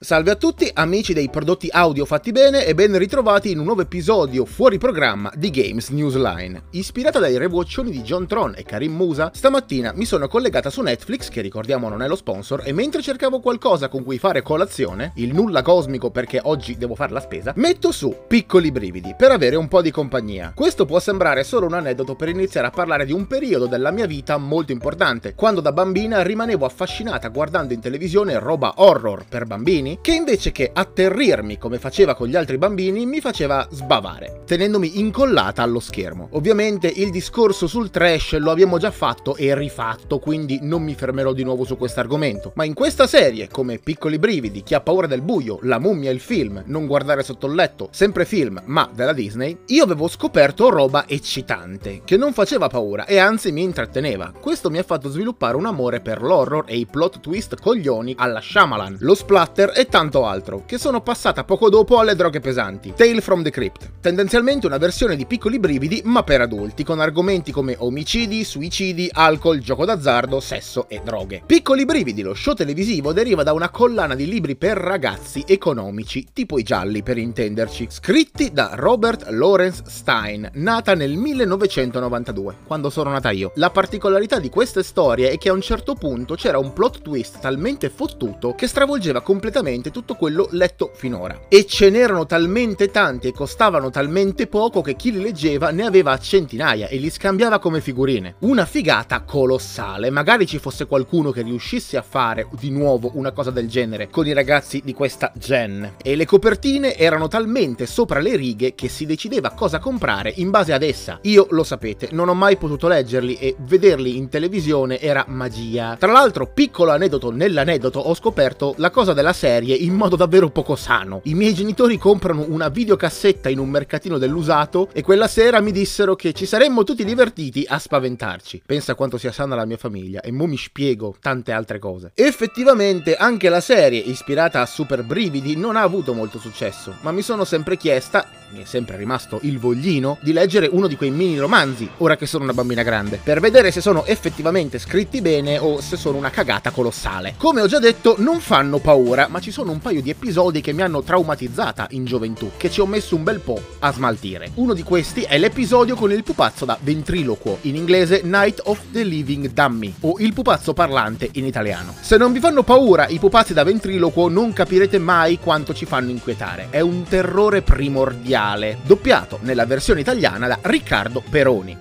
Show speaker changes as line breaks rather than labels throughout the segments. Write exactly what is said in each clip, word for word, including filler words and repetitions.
Salve a tutti amici dei prodotti audio fatti bene e ben ritrovati in un nuovo episodio fuori programma di Games Newsline. Ispirata dai rewatchoni di JonTron e Karim Musa, stamattina mi sono collegata su Netflix, che ricordiamo non è lo sponsor, e mentre cercavo qualcosa con cui fare colazione, il nulla cosmico perché oggi devo fare la spesa, metto su Piccoli Brividi per avere un po' di compagnia. Questo può sembrare solo un aneddoto per iniziare a parlare di un periodo della mia vita molto importante, quando da bambina rimanevo affascinata guardando in televisione roba horror per bambini, che invece che atterrirmi come faceva con gli altri bambini mi faceva sbavare, tenendomi incollata allo schermo. Ovviamente il discorso sul trash lo abbiamo già fatto e rifatto, quindi non mi fermerò di nuovo su questo argomento, ma in questa serie, come Piccoli Brividi, Chi ha paura del buio, La mummia il film, Non guardare sotto il letto, sempre film ma della Disney, io avevo scoperto roba eccitante, che non faceva paura e anzi mi intratteneva. Questo mi ha fatto sviluppare un amore per l'horror e i plot twist coglioni alla Shyamalan, lo splatter e tanto altro, che sono passata poco dopo alle droghe pesanti, Tale from the Crypt, tendenzialmente una versione di Piccoli Brividi ma per adulti, con argomenti come omicidi, suicidi, alcol, gioco d'azzardo, sesso e droghe. Piccoli Brividi, lo show televisivo, deriva da una collana di libri per ragazzi economici, tipo i gialli per intenderci, scritti da Robert Lawrence Stein, nata nel millenovecentonovantadue, quando sono nata io. La particolarità di queste storie è che a un certo punto c'era un plot twist talmente fottuto che stravolgeva completamente tutto quello letto finora, e ce n'erano talmente tanti e costavano talmente poco che chi li leggeva ne aveva centinaia e li scambiava come figurine. Una figata colossale. Magari ci fosse qualcuno che riuscisse a fare di nuovo una cosa del genere con i ragazzi di questa gen, e le copertine erano talmente sopra le righe che si decideva cosa comprare in base ad essa. Io, lo sapete, non ho mai potuto leggerli e vederli in televisione era magia. Tra l'altro, piccolo aneddoto nell'aneddoto, ho scoperto la cosa della serie in modo davvero poco sano. I miei genitori comprano una videocassetta in un mercatino dell'usato e quella sera mi dissero che ci saremmo tutti divertiti a spaventarci. Pensa quanto sia sana la mia famiglia, e mo mi spiego tante altre cose. Effettivamente anche la serie, ispirata a Super Brividi, non ha avuto molto successo, ma mi sono sempre chiesta, mi è sempre rimasto il voglino, di leggere uno di quei mini romanzi, ora che sono una bambina grande, per vedere se sono effettivamente scritti bene o se sono una cagata colossale. Come ho già detto, non fanno paura, ma ci sono un paio di episodi che mi hanno traumatizzata in gioventù, che ci ho messo un bel po' a smaltire. Uno di questi è l'episodio con il pupazzo da ventriloquo, in inglese Night of the Living Dummy, o il pupazzo parlante in italiano. Se non vi fanno paura i pupazzi da ventriloquo, non capirete mai quanto ci fanno inquietare. È un terrore primordiale, doppiato nella versione italiana da Riccardo Peroni.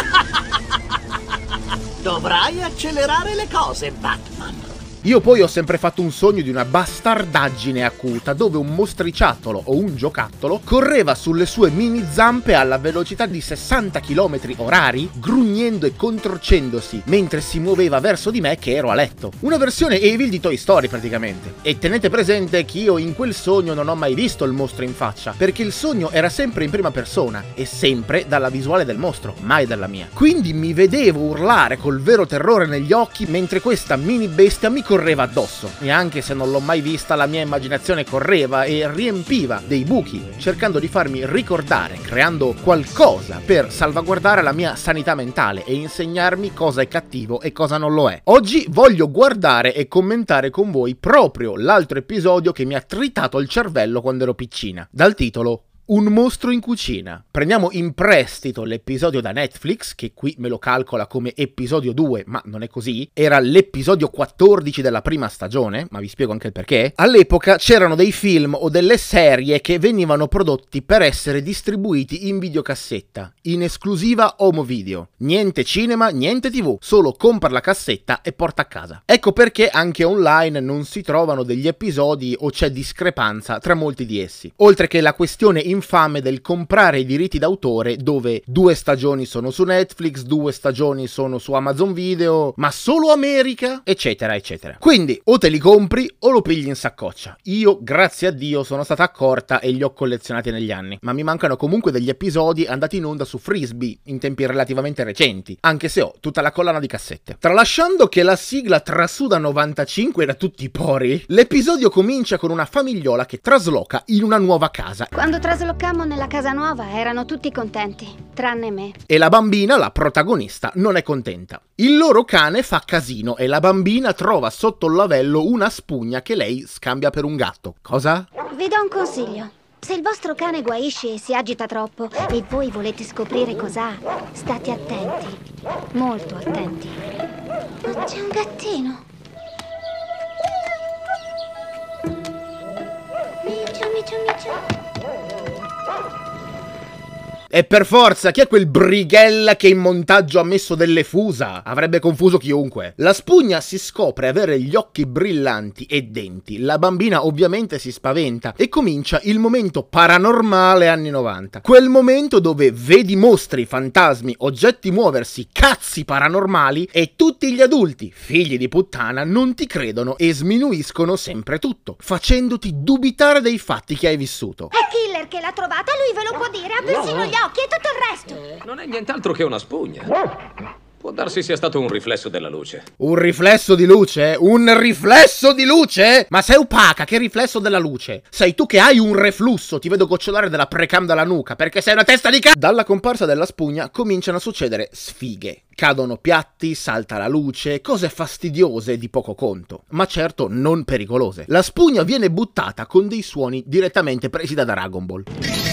Dovrai accelerare le cose, Batman.
Io poi ho sempre fatto un sogno di una bastardaggine acuta dove un mostriciattolo o un giocattolo correva sulle sue mini zampe alla velocità di sessanta chilometri orari, grugnendo e contorcendosi mentre si muoveva verso di me che ero a letto. Una versione Evil di Toy Story praticamente. E tenete presente che io in quel sogno non ho mai visto il mostro in faccia, perché il sogno era sempre in prima persona e sempre dalla visuale del mostro, mai dalla mia. Quindi mi vedevo urlare col vero terrore negli occhi mentre questa mini bestia mi correva addosso, e anche se non l'ho mai vista la mia immaginazione correva e riempiva dei buchi cercando di farmi ricordare, creando qualcosa per salvaguardare la mia sanità mentale e insegnarmi cosa è cattivo e cosa non lo è. Oggi voglio guardare e commentare con voi proprio l'altro episodio che mi ha tritato il cervello quando ero piccina, dal titolo Un mostro in cucina. Prendiamo in prestito l'episodio da Netflix, che qui me lo calcola come episodio due, ma non è così. Era l'episodio quattordici della prima stagione, ma vi spiego anche il perché. All'epoca c'erano dei film o delle serie che venivano prodotti per essere distribuiti in videocassetta, in esclusiva home video. Niente cinema, niente tv, solo compra la cassetta e porta a casa. Ecco perché anche online non si trovano degli episodi o c'è discrepanza tra molti di essi. Oltre che la questione infame del comprare i diritti d'autore, dove due stagioni sono su Netflix, due stagioni sono su Amazon Video, ma solo America, eccetera eccetera. Quindi o te li compri o lo pigli in saccoccia. Io, grazie a Dio, sono stata accorta e li ho collezionati negli anni, ma mi mancano comunque degli episodi andati in onda su Frisbee in tempi relativamente recenti, anche se ho tutta la collana di cassette. Tralasciando che la sigla trasuda novantacinque da tutti i pori, l'episodio comincia con una famigliola che trasloca in una nuova casa.
Quando traslochi sbloccammo nella casa nuova erano tutti contenti, tranne me.
E la bambina, la protagonista, non è contenta. Il loro cane fa casino e la bambina trova sotto il lavello una spugna che lei scambia per un gatto. Cosa?
Vi do un consiglio. Se il vostro cane guaisce e si agita troppo e voi volete scoprire cos'ha, state attenti, molto attenti. Ma c'è un gattino. Miccio, miccio, miccio.
E per forza, chi è quel brighella che in montaggio ha messo delle fusa? Avrebbe confuso chiunque. La spugna si scopre avere gli occhi brillanti e denti. La bambina ovviamente si spaventa e comincia il momento paranormale anni novanta. Quel momento dove vedi mostri, fantasmi, oggetti muoversi, cazzi paranormali e tutti gli adulti, figli di puttana, non ti credono e sminuiscono sempre tutto, facendoti dubitare dei fatti che hai vissuto.
È Killer che l'ha trovata, lui ve lo può dire, ha persino gli occhi e tutto il resto.
Non è nient'altro che una spugna. Può darsi sia stato un riflesso della luce.
Un riflesso di luce? Un riflesso di luce? Ma sei opaca, che riflesso della luce? Sei tu che hai un reflusso, ti vedo gocciolare della precam dalla nuca, perché sei una testa di c***o! Dalla comparsa della spugna cominciano a succedere sfighe. Cadono piatti, salta la luce, cose fastidiose di poco conto, ma certo non pericolose. La spugna viene buttata con dei suoni direttamente presi da Dragon Ball.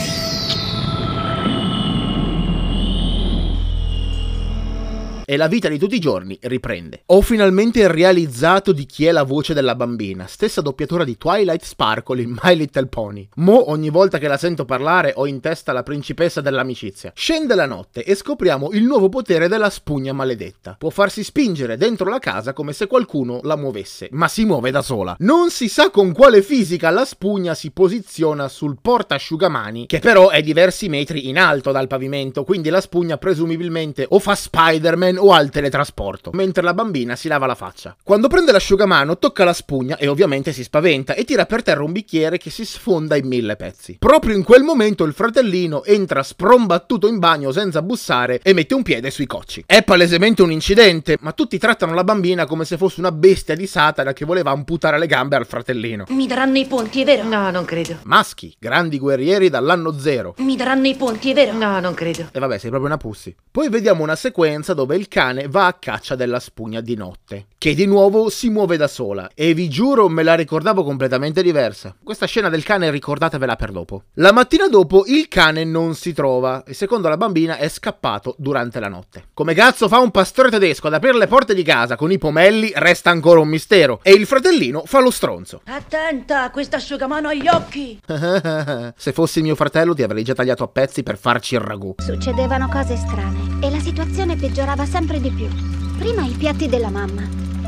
E la vita di tutti i giorni riprende. Ho finalmente realizzato di chi è la voce della bambina, stessa doppiatura di Twilight Sparkle in My Little Pony. Mo ogni volta che la sento parlare ho in testa la principessa dell'amicizia. Scende la notte e scopriamo il nuovo potere della spugna maledetta. Può farsi spingere dentro la casa come se qualcuno la muovesse, ma si muove da sola. Non si sa con quale fisica la spugna si posiziona sul portaasciugamani, che però è diversi metri in alto dal pavimento, quindi la spugna presumibilmente o fa Spider-Man o al teletrasporto, mentre la bambina si lava la faccia. Quando prende l'asciugamano tocca la spugna e ovviamente si spaventa e tira per terra un bicchiere che si sfonda in mille pezzi. Proprio in quel momento il fratellino entra sprombattuto in bagno senza bussare e mette un piede sui cocci. È palesemente un incidente, ma tutti trattano la bambina come se fosse una bestia di Satana che voleva amputare le gambe al fratellino.
Mi daranno i punti, è vero?
No, non credo.
Maschi, grandi guerrieri dall'anno zero.
Mi daranno i punti, è vero?
No, non credo.
E vabbè, sei proprio una pussy. Poi vediamo una sequenza dove il cane va a caccia della spugna di notte, che di nuovo si muove da sola, e vi giuro me la ricordavo completamente diversa. Questa scena del cane ricordatevela per dopo. La mattina dopo il cane non si trova e secondo la bambina è scappato durante la notte. Come cazzo fa un pastore tedesco ad aprire le porte di casa con i pomelli resta ancora un mistero, e il fratellino fa lo stronzo.
Attenta, questa asciugamano ha gli occhi.
Se fossi mio fratello ti avrei già tagliato a pezzi per farci il ragù.
Succedevano cose strane e la situazione peggiorava sempre di più. Prima i piatti della mamma,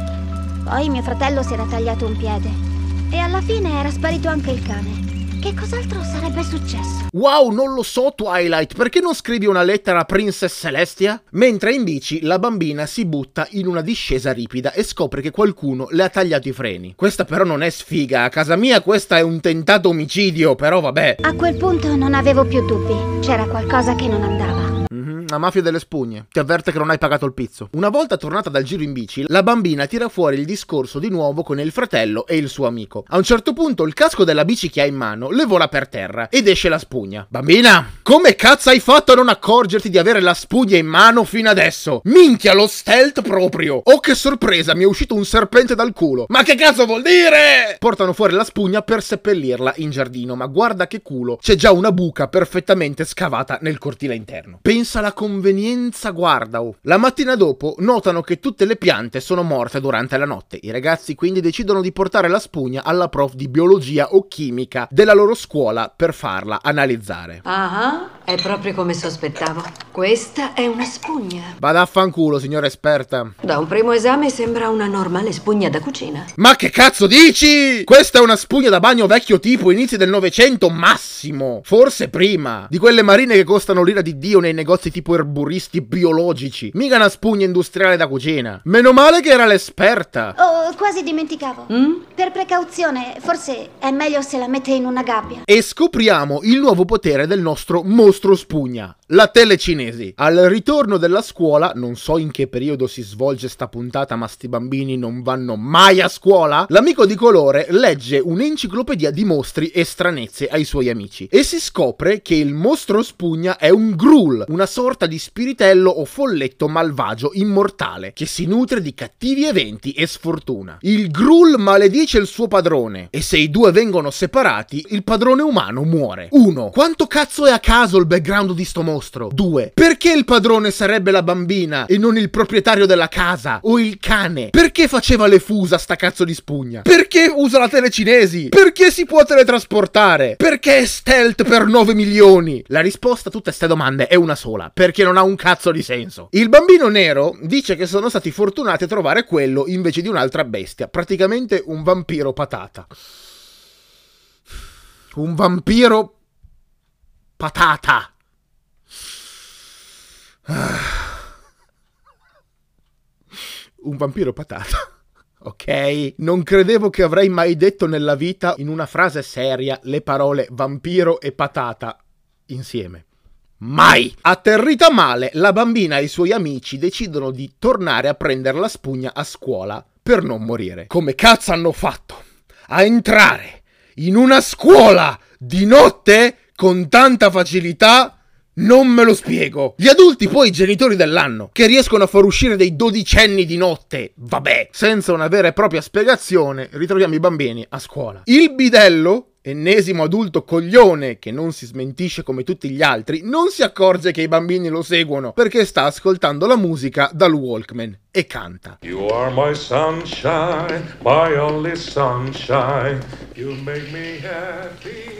poi mio fratello si era tagliato un piede e alla fine era sparito anche il cane. Che cos'altro sarebbe successo?
Wow, non lo so Twilight, perché non scrivi una lettera a Princess Celestia? Mentre in bici la bambina si butta in una discesa ripida e scopre che qualcuno le ha tagliato i freni. Questa però non è sfiga, a casa mia questa è un tentato omicidio, però vabbè.
A quel punto non avevo più dubbi, c'era qualcosa che non andava.
Mm-hmm, la mafia delle spugne, ti avverte che non hai pagato il pizzo. Una volta tornata dal giro in bici, la bambina tira fuori il discorso di nuovo con il fratello e il suo amico. A un certo punto il casco della bici che ha in mano le vola per terra ed esce la spugna. Bambina, come cazzo hai fatto a non accorgerti di avere la spugna in mano fino adesso? Minchia, lo stealth proprio. Oh che sorpresa, mi è uscito un serpente dal culo. Ma che cazzo vuol dire? Portano fuori la spugna per seppellirla in giardino, ma guarda che culo, c'è già una buca perfettamente scavata nel cortile interno. Pensa alla convenienza, guarda oh. La mattina dopo notano che tutte le piante sono morte durante la notte. I ragazzi quindi decidono di portare la spugna alla prof di biologia o chimica della loro scuola per farla analizzare.
Ah, è proprio come sospettavo. Questa è una spugna.
Vada a fanculo, signora esperta.
Da un primo esame sembra una normale spugna da cucina.
Ma che cazzo dici? Questa è una spugna da bagno vecchio tipo, inizi del Novecento massimo. Forse prima. Di quelle marine che costano l'ira di Dio nei negozi tipo troppo erburisti biologici, mica una spugna industriale da cucina. Meno male che era l'esperta.
Oh, quasi dimenticavo.
Mm?
Per precauzione, forse è meglio se la mette in una gabbia.
E scopriamo il nuovo potere del nostro mostro spugna, la telecinesi. Al ritorno della scuola, non so in che periodo si svolge sta puntata, ma sti bambini non vanno mai a scuola, l'amico di colore legge un'enciclopedia di mostri e stranezze ai suoi amici e si scopre che il mostro spugna è un Gruul, una sorta di spiritello o folletto malvagio immortale che si nutre di cattivi eventi e sfortuna. Il Gruul maledice il suo padrone e se i due vengono separati, il padrone umano muore. uno. Quanto cazzo è a caso il background di sto mostro? due. Perché il padrone sarebbe la bambina e non il proprietario della casa o il cane? Perché faceva le fusa sta cazzo di spugna? Perché usa la telecinesi? Perché si può teletrasportare? Perché è stealth per nove milioni? La risposta a tutte ste domande è una sola: perché non ha un cazzo di senso. Il bambino nero dice che sono stati fortunati a trovare quello invece di un'altra bestia, praticamente un vampiro patata. Un vampiro patata. Un vampiro patata. Ok, non credevo che avrei mai detto nella vita in una frase seria le parole vampiro e patata insieme. Mai! Atterrita male, la bambina e i suoi amici decidono di tornare a prendere la spugna a scuola per non morire. Come cazzo hanno fatto a entrare in una scuola di notte con tanta facilità? Non me lo spiego. Gli adulti poi i genitori dell'anno, che riescono a far uscire dei dodicenni di notte. Vabbè, senza una vera e propria spiegazione, ritroviamo i bambini a scuola. Il bidello, ennesimo adulto coglione che non si smentisce come tutti gli altri, non si accorge che i bambini lo seguono perché sta ascoltando la musica dal Walkman e canta.
You are my sunshine, my only sunshine. You make me happy.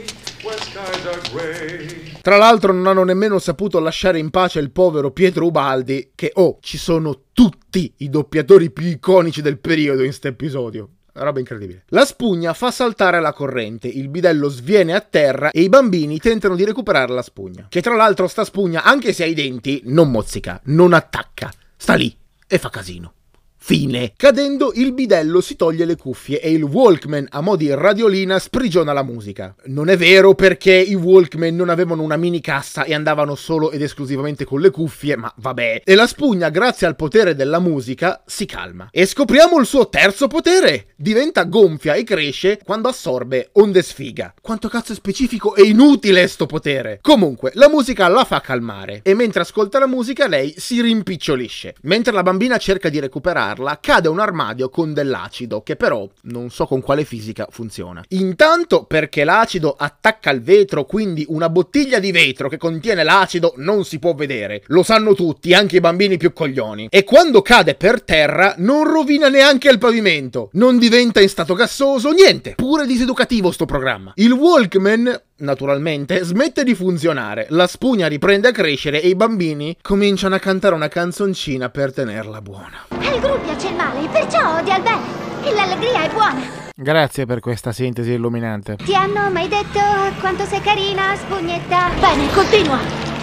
Tra l'altro non hanno nemmeno saputo lasciare in pace il povero Pietro Ubaldi, che oh, ci sono tutti i doppiatori più iconici del periodo in st'episodio. Roba incredibile. La spugna fa saltare la corrente, il bidello sviene a terra e i bambini tentano di recuperare la spugna. Che tra l'altro sta spugna, anche se ha i denti, non mozzica, non attacca, sta lì e fa casino. Fine. Cadendo, il bidello si toglie le cuffie e il Walkman a mo' di radiolina sprigiona la musica. Non è vero, perché i Walkman non avevano una mini cassa e andavano solo ed esclusivamente con le cuffie, ma vabbè. E la spugna, grazie al potere della musica, si calma. E scopriamo il suo terzo potere. Diventa gonfia e cresce quando assorbe onde sfiga. Quanto cazzo è specifico e inutile sto potere. Comunque, la musica la fa calmare e mentre ascolta la musica lei si rimpicciolisce. Mentre la bambina cerca di recuperare, cade un armadio con dell'acido che però non so con quale fisica funziona. Intanto perché l'acido attacca al vetro, quindi una bottiglia di vetro che contiene l'acido non si può vedere. Lo sanno tutti, anche i bambini più coglioni. E quando cade per terra non rovina neanche il pavimento, non diventa in stato gassoso, niente. Pure diseducativo sto programma. Il Walkman, naturalmente, smette di funzionare, la spugna riprende a crescere e i bambini cominciano a cantare una canzoncina per tenerla buona.
Al Gru piace il male, perciò odia il bene. E l'allegria è buona.
Grazie per questa sintesi illuminante.
Ti hanno mai detto quanto sei carina, spugnetta?
Bene, continua.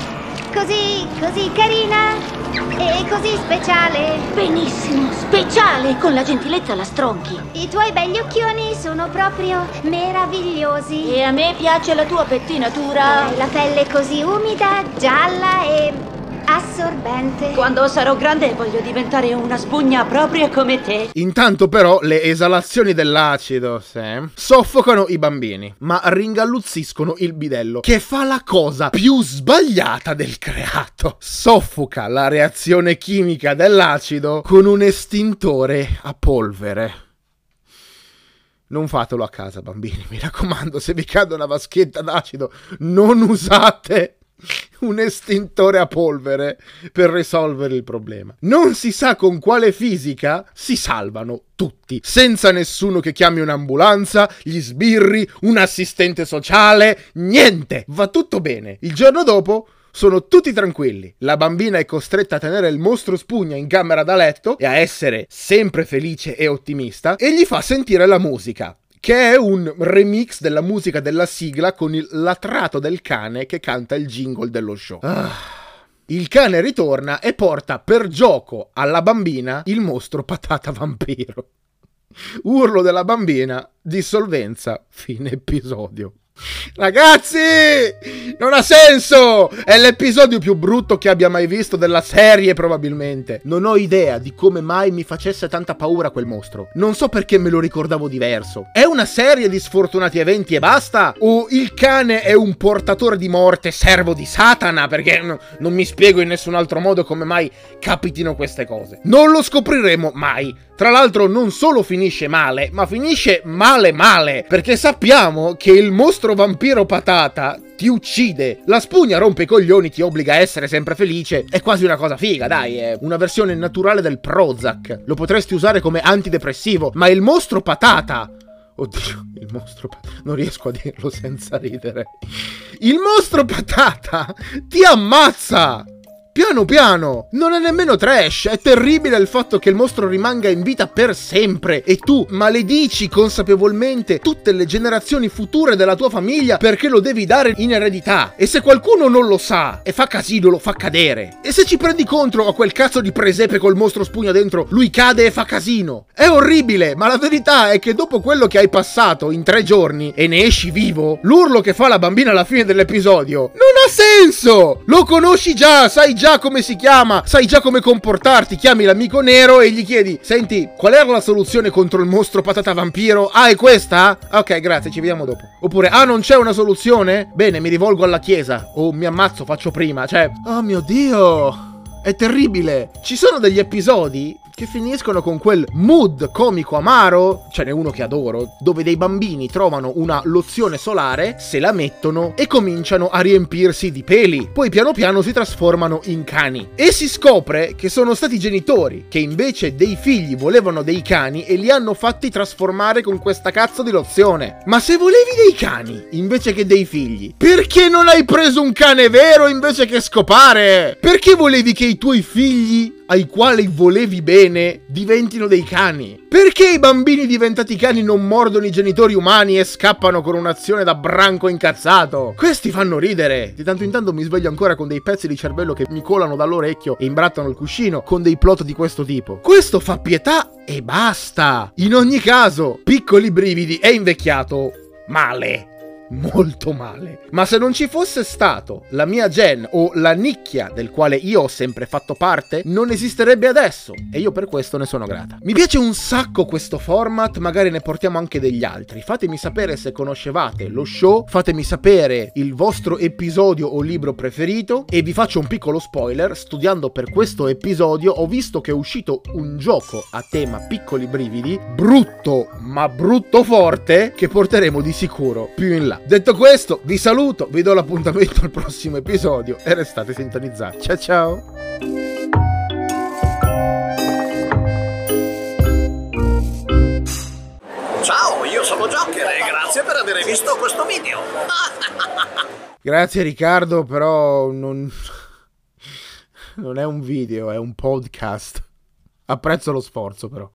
Così, così carina e così speciale.
Benissimo, speciale, con la gentilezza la stronchi.
I tuoi begli occhioni sono proprio meravigliosi.
E a me piace la tua pettinatura.
Hai la pelle così umida, gialla e assorbente.
Quando sarò grande voglio diventare una spugna proprio come te.
Intanto però le esalazioni dell'acido, Sam, soffocano i bambini, ma ringalluzziscono il bidello, che fa la cosa più sbagliata del creato. Soffoca la reazione chimica dell'acido con un estintore a polvere. Non fatelo a casa, bambini, mi raccomando, se vi cade una vaschetta d'acido, non usate un estintore a polvere per risolvere il problema. Non si sa con quale fisica si salvano tutti, senza nessuno che chiami un'ambulanza, gli sbirri, un assistente sociale, niente, va tutto bene. Il giorno dopo sono tutti tranquilli, la bambina è costretta a tenere il mostro spugna in camera da letto e a essere sempre felice e ottimista, e gli fa sentire la musica, che è un remix della musica della sigla con il latrato del cane che canta il jingle dello show. Ah, Il cane ritorna e porta per gioco alla bambina il mostro patata vampiro. Urlo della bambina, dissolvenza, fine episodio. Ragazzi, non ha senso! È l'episodio più brutto che abbia mai visto della serie, probabilmente. Non ho idea di come mai mi facesse tanta paura quel mostro. Non so perché me lo ricordavo diverso. È una serie di sfortunati eventi e basta? O il cane è un portatore di morte, servo di Satana? Perché no, non mi spiego in nessun altro modo come mai capitino queste cose. Non lo scopriremo mai. Tra l'altro non solo finisce male, ma finisce male male, perché sappiamo che il mostro vampiro patata ti uccide. La spugna rompe i coglioni, ti obbliga a essere sempre felice, è quasi una cosa figa, dai, è una versione naturale del Prozac. Lo potresti usare come antidepressivo, ma il mostro patata... Oddio, il mostro patata... Non riesco a dirlo senza ridere. Il mostro patata ti ammazza! Piano piano, non è nemmeno trash, è terribile il fatto che il mostro rimanga in vita per sempre e tu maledici consapevolmente tutte le generazioni future della tua famiglia perché lo devi dare in eredità. E se qualcuno non lo sa e fa casino, lo fa cadere. E se ci prendi contro a quel cazzo di presepe col mostro spugna dentro, lui cade e fa casino. È orribile, ma la verità è che dopo quello che hai passato in tre giorni e ne esci vivo, l'urlo che fa la bambina alla fine dell'episodio non ha senso! Lo conosci già, sai già come si chiama, sai già come comportarti, chiami l'amico nero e gli chiedi: senti, qual era la soluzione contro il mostro patata vampiro? Ah, è questa? Ok, grazie, ci vediamo dopo. Oppure, ah, non c'è una soluzione? Bene, mi rivolgo alla chiesa, o mi ammazzo, faccio prima. Cioè, oh mio Dio, è terribile. Ci sono degli episodi che finiscono con quel mood comico amaro, ce n'è uno che adoro, dove dei bambini trovano una lozione solare, se la mettono e cominciano a riempirsi di peli. Poi piano piano si trasformano in cani. E si scopre che sono stati i genitori che invece dei figli volevano dei cani e li hanno fatti trasformare con questa cazzo di lozione. Ma se volevi dei cani invece che dei figli, perché non hai preso un cane vero invece che scopare? Perché volevi che i tuoi figli, ai quali volevi bene, diventino dei cani? Perché i bambini diventati cani non mordono i genitori umani e scappano con un'azione da branco incazzato? Questi fanno ridere. Di tanto in tanto mi sveglio ancora con dei pezzi di cervello che mi colano dall'orecchio e imbrattano il cuscino con dei plot di questo tipo. Questo fa pietà e basta. In ogni caso, Piccoli Brividi è invecchiato male. Molto male. Ma se non ci fosse stato la mia gen o la nicchia del quale io ho sempre fatto parte, non esisterebbe adesso e io per questo ne sono grata. Mi piace un sacco questo format, magari ne portiamo anche degli altri. Fatemi sapere se conoscevate lo show, fatemi sapere il vostro episodio o libro preferito e vi faccio un piccolo spoiler: studiando per questo episodio ho visto che è uscito un gioco a tema Piccoli Brividi, brutto ma brutto forte, che porteremo di sicuro più in là. Detto questo, vi saluto, vi do l'appuntamento al prossimo episodio e restate sintonizzati. Ciao ciao!
Ciao, io sono Joker e grazie per aver visto questo video.
Grazie Riccardo, però non... non è un video, è un podcast. Apprezzo lo sforzo però.